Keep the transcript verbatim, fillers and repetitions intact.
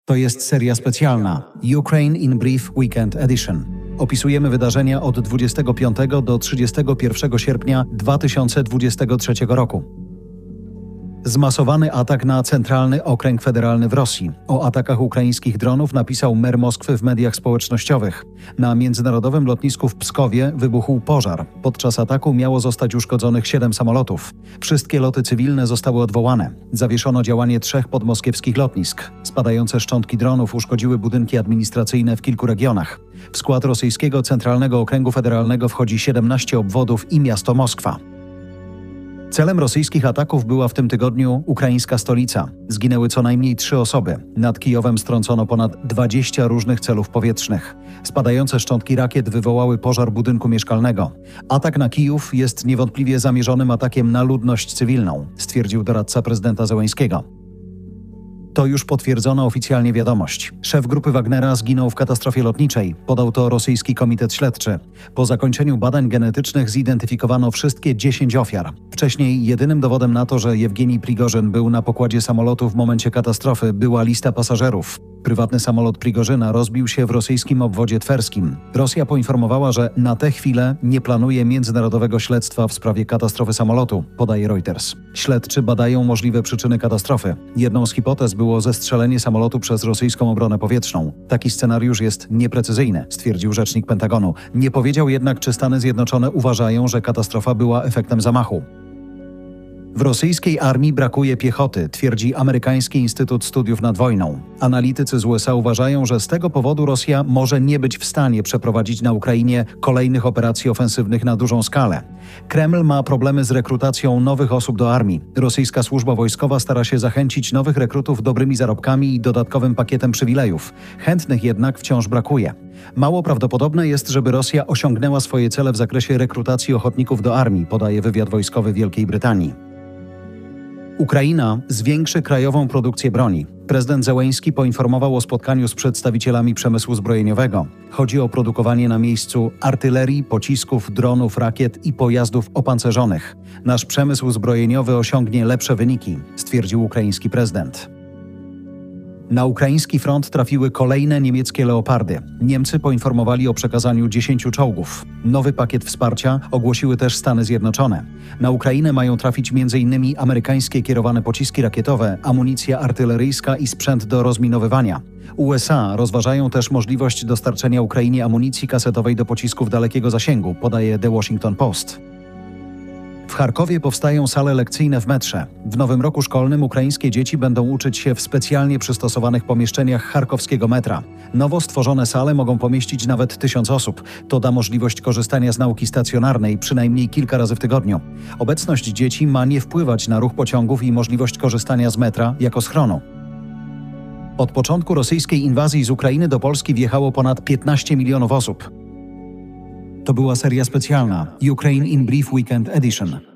To jest seria specjalna Ukraine in Brief Weekend Edition. Opisujemy wydarzenia od dwudziestego piątego do trzydziestego pierwszego sierpnia dwa tysiące dwudziestego trzeciego roku. Zmasowany atak na Centralny Okręg Federalny w Rosji. O atakach ukraińskich dronów napisał mer Moskwy w mediach społecznościowych. Na międzynarodowym lotnisku w Pskowie wybuchł pożar. Podczas ataku miało zostać uszkodzonych siedem samolotów. Wszystkie loty cywilne zostały odwołane. Zawieszono działanie trzech podmoskiewskich lotnisk. Spadające szczątki dronów uszkodziły budynki administracyjne w kilku regionach. W skład rosyjskiego Centralnego Okręgu Federalnego wchodzi siedemnaście obwodów i miasto Moskwa. Celem rosyjskich ataków była w tym tygodniu ukraińska stolica. Zginęły co najmniej trzy osoby. Nad Kijowem strącono ponad dwadzieścia różnych celów powietrznych. Spadające szczątki rakiet wywołały pożar budynku mieszkalnego. Atak na Kijów jest niewątpliwie zamierzonym atakiem na ludność cywilną, stwierdził doradca prezydenta Zełenskiego. To już potwierdzona oficjalnie wiadomość. Szef grupy Wagnera zginął w katastrofie lotniczej, podał to rosyjski komitet śledczy. Po zakończeniu badań genetycznych zidentyfikowano wszystkie dziesięć ofiar. Wcześniej jedynym dowodem na to, że Jewgenij Prigorzyn był na pokładzie samolotu w momencie katastrofy, była lista pasażerów. Prywatny samolot Prigorzyna rozbił się w rosyjskim obwodzie twerskim. Rosja poinformowała, że na tę chwilę nie planuje międzynarodowego śledztwa w sprawie katastrofy samolotu, podaje Reuters. Śledczy badają możliwe przyczyny katastrofy. Jedną z hipotez było zestrzelenie samolotu przez rosyjską obronę powietrzną. Taki scenariusz jest nieprecyzyjny, stwierdził rzecznik Pentagonu. Nie powiedział jednak, czy Stany Zjednoczone uważają, że katastrofa była efektem zamachu. W rosyjskiej armii brakuje piechoty, twierdzi Amerykański Instytut Studiów nad Wojną. Analitycy z U S A uważają, że z tego powodu Rosja może nie być w stanie przeprowadzić na Ukrainie kolejnych operacji ofensywnych na dużą skalę. Kreml ma problemy z rekrutacją nowych osób do armii. Rosyjska służba wojskowa stara się zachęcić nowych rekrutów dobrymi zarobkami i dodatkowym pakietem przywilejów. Chętnych jednak wciąż brakuje. Mało prawdopodobne jest, żeby Rosja osiągnęła swoje cele w zakresie rekrutacji ochotników do armii, podaje wywiad wojskowy Wielkiej Brytanii. Ukraina zwiększy krajową produkcję broni. Prezydent Zełenski poinformował o spotkaniu z przedstawicielami przemysłu zbrojeniowego. Chodzi o produkowanie na miejscu artylerii, pocisków, dronów, rakiet i pojazdów opancerzonych. Nasz przemysł zbrojeniowy osiągnie lepsze wyniki, stwierdził ukraiński prezydent. Na ukraiński front trafiły kolejne niemieckie Leopardy. Niemcy poinformowali o przekazaniu dziesięciu czołgów. Nowy pakiet wsparcia ogłosiły też Stany Zjednoczone. Na Ukrainę mają trafić między innymi amerykańskie kierowane pociski rakietowe, amunicja artyleryjska i sprzęt do rozminowywania. U S A rozważają też możliwość dostarczenia Ukrainie amunicji kasetowej do pocisków dalekiego zasięgu, podaje The Washington Post. W Charkowie powstają sale lekcyjne w metrze. W nowym roku szkolnym ukraińskie dzieci będą uczyć się w specjalnie przystosowanych pomieszczeniach charkowskiego metra. Nowo stworzone sale mogą pomieścić nawet tysiąc osób. To da możliwość korzystania z nauki stacjonarnej przynajmniej kilka razy w tygodniu. Obecność dzieci ma nie wpływać na ruch pociągów i możliwość korzystania z metra jako schronu. Od początku rosyjskiej inwazji z Ukrainy do Polski wjechało ponad piętnaście milionów osób. To była seria specjalna Ukraine in Brief Weekend Edition.